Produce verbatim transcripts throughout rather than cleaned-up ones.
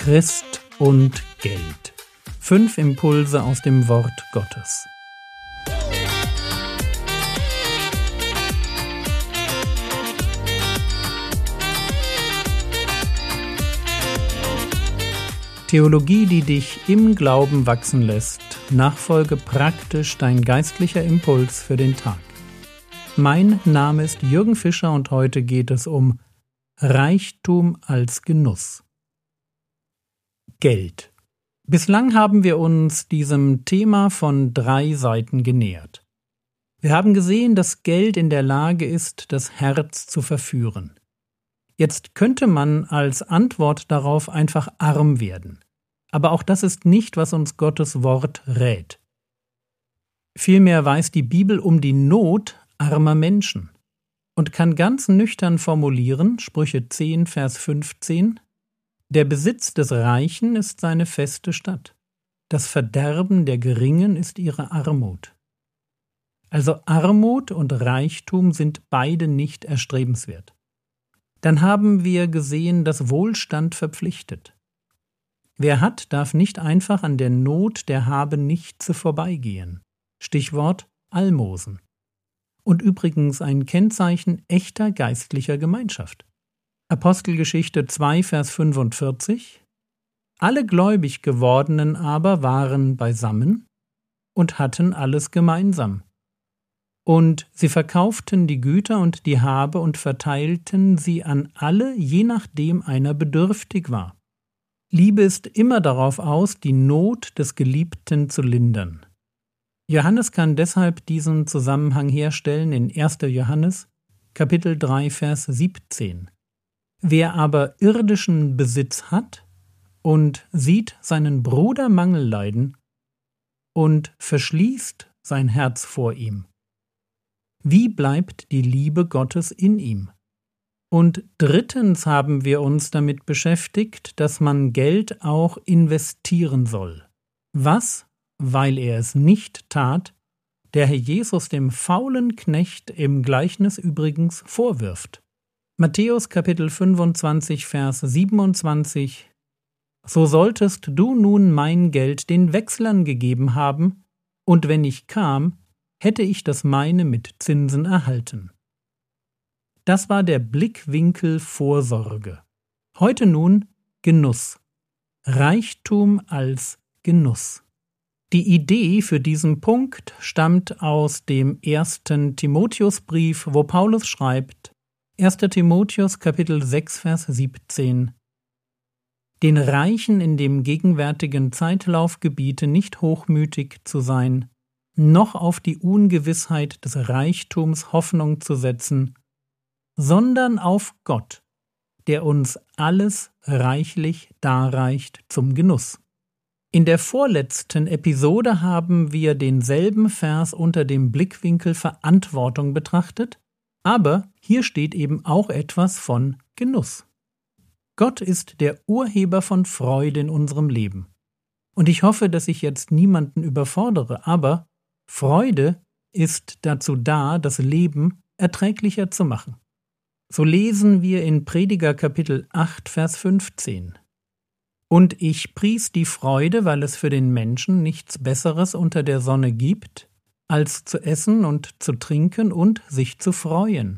Christ und Geld. Fünf Impulse aus dem Wort Gottes. Theologie, die dich im Glauben wachsen lässt. Nachfolge praktisch dein geistlicher Impuls für den Tag. Mein Name ist Jürgen Fischer und heute geht es um Reichtum als Genuss. Geld. Bislang haben wir uns diesem Thema von drei Seiten genähert. Wir haben gesehen, dass Geld in der Lage ist, das Herz zu verführen. Jetzt könnte man als Antwort darauf einfach arm werden. Aber auch das ist nicht, was uns Gottes Wort rät. Vielmehr weiß die Bibel um die Not armer Menschen und kann ganz nüchtern formulieren, Sprüche zehn, Vers fünfzehn, der Besitz des Reichen ist seine feste Stadt. Das Verderben der Geringen ist ihre Armut. Also Armut und Reichtum sind beide nicht erstrebenswert. Dann haben wir gesehen, dass Wohlstand verpflichtet. Wer hat, darf nicht einfach an der Not der Habenichtse vorbeigehen. Stichwort Almosen. Und übrigens ein Kennzeichen echter geistlicher Gemeinschaft. Apostelgeschichte zwei, Vers fünfundvierzig. Alle gläubig gewordenen aber waren beisammen und hatten alles gemeinsam. Und sie verkauften die Güter und die Habe und verteilten sie an alle, je nachdem einer bedürftig war. Liebe ist immer darauf aus, die Not des Geliebten zu lindern. Johannes kann deshalb diesen Zusammenhang herstellen in erster Johannes, Kapitel drei, Vers siebzehn. Wer aber irdischen Besitz hat und sieht seinen Bruder Mangel leiden und verschließt sein Herz vor ihm, wie bleibt die Liebe Gottes in ihm? Und drittens haben wir uns damit beschäftigt, dass man Geld auch investieren soll. Was, weil er es nicht tat, der Herr Jesus dem faulen Knecht im Gleichnis übrigens vorwirft. Matthäus Kapitel fünfundzwanzig, Vers siebenundzwanzig. So solltest du nun mein Geld den Wechslern gegeben haben, und wenn ich kam, hätte ich das meine mit Zinsen erhalten. Das war der Blickwinkel Vorsorge. Heute nun Genuss. Reichtum als Genuss. Die Idee für diesen Punkt stammt aus dem ersten Timotheusbrief, wo Paulus schreibt, erster Timotheus Kapitel sechs, Vers siebzehn. Den Reichen in dem gegenwärtigen Zeitlauf gebiete nicht hochmütig zu sein, noch auf die Ungewissheit des Reichtums Hoffnung zu setzen, sondern auf Gott, der uns alles reichlich darreicht zum Genuss. In der vorletzten Episode haben wir denselben Vers unter dem Blickwinkel Verantwortung betrachtet, aber hier steht eben auch etwas von Genuss. Gott ist der Urheber von Freude in unserem Leben. Und ich hoffe, dass ich jetzt niemanden überfordere, aber Freude ist dazu da, das Leben erträglicher zu machen. So lesen wir in Prediger Kapitel acht, Vers fünfzehn. Und ich pries die Freude, weil es für den Menschen nichts Besseres unter der Sonne gibt, als zu essen und zu trinken und sich zu freuen.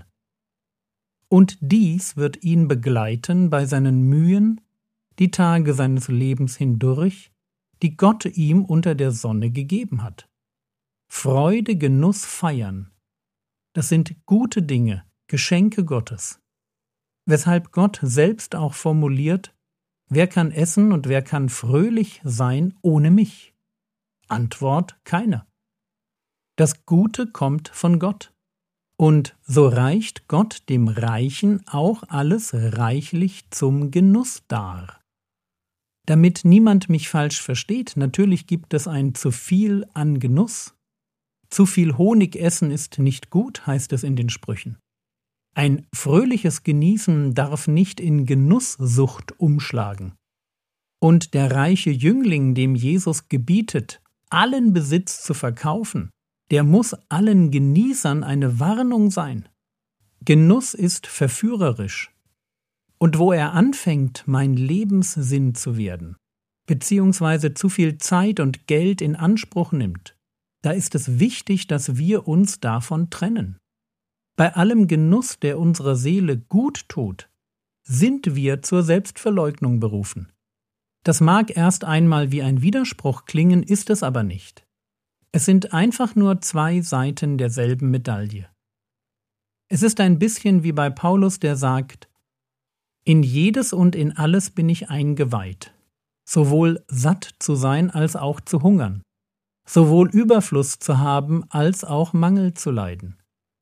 Und dies wird ihn begleiten bei seinen Mühen, die Tage seines Lebens hindurch, die Gott ihm unter der Sonne gegeben hat. Freude, Genuss, Feiern. Das sind gute Dinge, Geschenke Gottes. Weshalb Gott selbst auch formuliert, wer kann essen und wer kann fröhlich sein ohne mich? Antwort: keiner. Das Gute kommt von Gott. Und so reicht Gott dem Reichen auch alles reichlich zum Genuss dar. Damit niemand mich falsch versteht, natürlich gibt es ein zu viel an Genuss. Zu viel Honig essen ist nicht gut, heißt es in den Sprüchen. Ein fröhliches Genießen darf nicht in Genusssucht umschlagen. Und der reiche Jüngling, dem Jesus gebietet, allen Besitz zu verkaufen, der muss allen Genießern eine Warnung sein. Genuss ist verführerisch. Und wo er anfängt, mein Lebenssinn zu werden, beziehungsweise zu viel Zeit und Geld in Anspruch nimmt, da ist es wichtig, dass wir uns davon trennen. Bei allem Genuss, der unserer Seele gut tut, sind wir zur Selbstverleugnung berufen. Das mag erst einmal wie ein Widerspruch klingen, ist es aber nicht. Es sind einfach nur zwei Seiten derselben Medaille. Es ist ein bisschen wie bei Paulus, der sagt: In jedes und in alles bin ich eingeweiht, sowohl satt zu sein als auch zu hungern, sowohl Überfluss zu haben als auch Mangel zu leiden.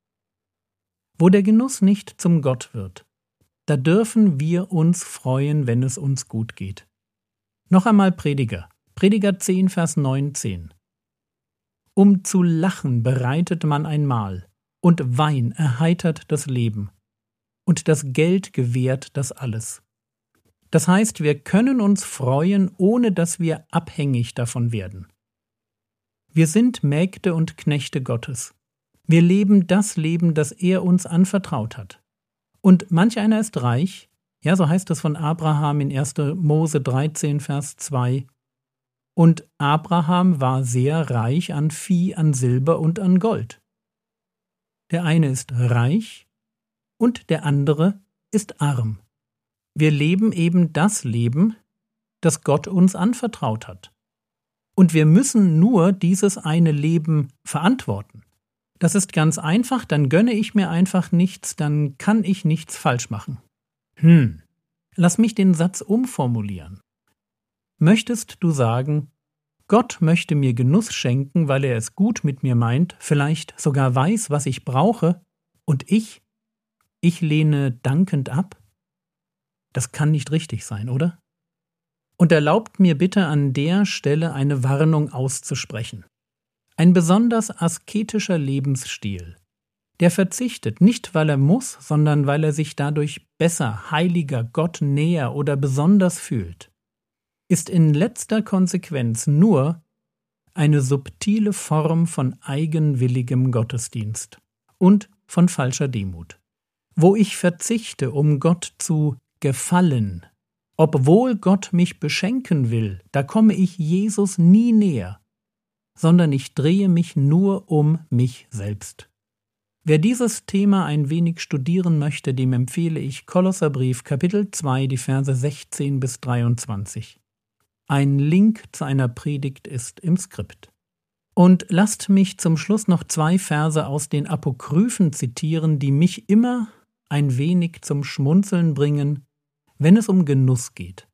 Wo der Genuss nicht zum Gott wird, da dürfen wir uns freuen, wenn es uns gut geht. Noch einmal Prediger, Prediger zehn, Vers neunzehn. Um zu lachen bereitet man ein Mahl, und Wein erheitert das Leben, und das Geld gewährt das alles. Das heißt, wir können uns freuen, ohne dass wir abhängig davon werden. Wir sind Mägde und Knechte Gottes. Wir leben das Leben, das er uns anvertraut hat. Und manch einer ist reich, ja, so heißt es von Abraham in erster Mose dreizehn, Vers zwei. Und Abraham war sehr reich an Vieh, an Silber und an Gold. Der eine ist reich und der andere ist arm. Wir leben eben das Leben, das Gott uns anvertraut hat. Und wir müssen nur dieses eine Leben verantworten. Das ist ganz einfach, dann gönne ich mir einfach nichts, dann kann ich nichts falsch machen. Hm, lass mich den Satz umformulieren. Möchtest du sagen, Gott möchte mir Genuss schenken, weil er es gut mit mir meint, vielleicht sogar weiß, was ich brauche, und ich, ich lehne dankend ab? Das kann nicht richtig sein, oder? Und erlaubt mir bitte an der Stelle eine Warnung auszusprechen. Ein besonders asketischer Lebensstil, der verzichtet, nicht weil er muss, sondern weil er sich dadurch besser, heiliger, Gott näher oder besonders fühlt, ist in letzter Konsequenz nur eine subtile Form von eigenwilligem Gottesdienst und von falscher Demut. Wo ich verzichte, um Gott zu gefallen, obwohl Gott mich beschenken will, da komme ich Jesus nie näher, sondern ich drehe mich nur um mich selbst. Wer dieses Thema ein wenig studieren möchte, dem empfehle ich Kolosserbrief Kapitel zwei, die Verse sechzehn bis dreiundzwanzig. Ein Link zu einer Predigt ist im Skript. Und lasst mich zum Schluss noch zwei Verse aus den Apokryphen zitieren, die mich immer ein wenig zum Schmunzeln bringen, wenn es um Genuss geht.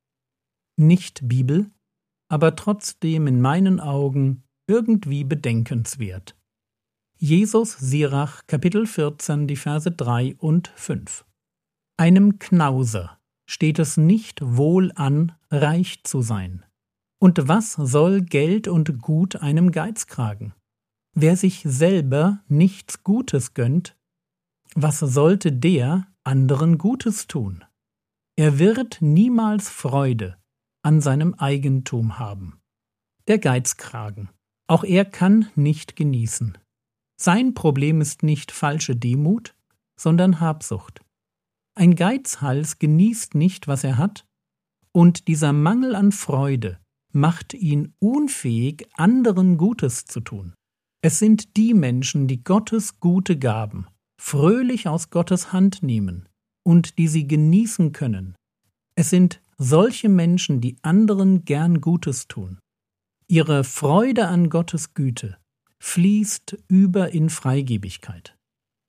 Nicht Bibel, aber trotzdem in meinen Augen irgendwie bedenkenswert. Jesus Sirach, Kapitel vierzehn, die Verse drei und fünf. Einem Knauser steht es nicht wohl an, reich zu sein. Und was soll Geld und Gut einem Geizkragen? Wer sich selber nichts Gutes gönnt, was sollte der anderen Gutes tun? Er wird niemals Freude an seinem Eigentum haben. Der Geizkragen. Auch er kann nicht genießen. Sein Problem ist nicht falsche Demut, sondern Habsucht. Ein Geizhals genießt nicht, was er hat, und dieser Mangel an Freude macht ihn unfähig, anderen Gutes zu tun. Es sind die Menschen, die Gottes gute Gaben fröhlich aus Gottes Hand nehmen und die sie genießen können. Es sind solche Menschen, die anderen gern Gutes tun. Ihre Freude an Gottes Güte fließt über in Freigebigkeit.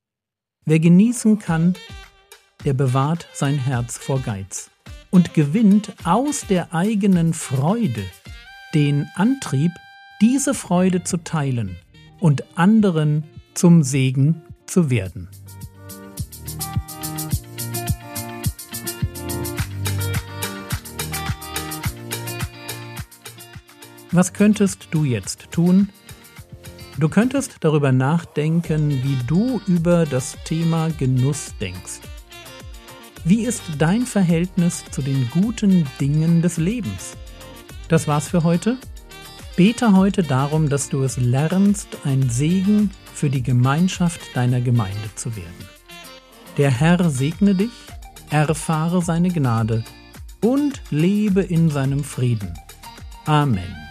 Wer genießen kann, der bewahrt sein Herz vor Geiz und gewinnt aus der eigenen Freude den Antrieb, diese Freude zu teilen und anderen zum Segen zu werden. Was könntest du jetzt tun? Du könntest darüber nachdenken, wie du über das Thema Genuss denkst. Wie ist dein Verhältnis zu den guten Dingen des Lebens? Das war's für heute. Bete heute darum, dass du es lernst, ein Segen für die Gemeinschaft deiner Gemeinde zu werden. Der Herr segne dich, erfahre seine Gnade und lebe in seinem Frieden. Amen.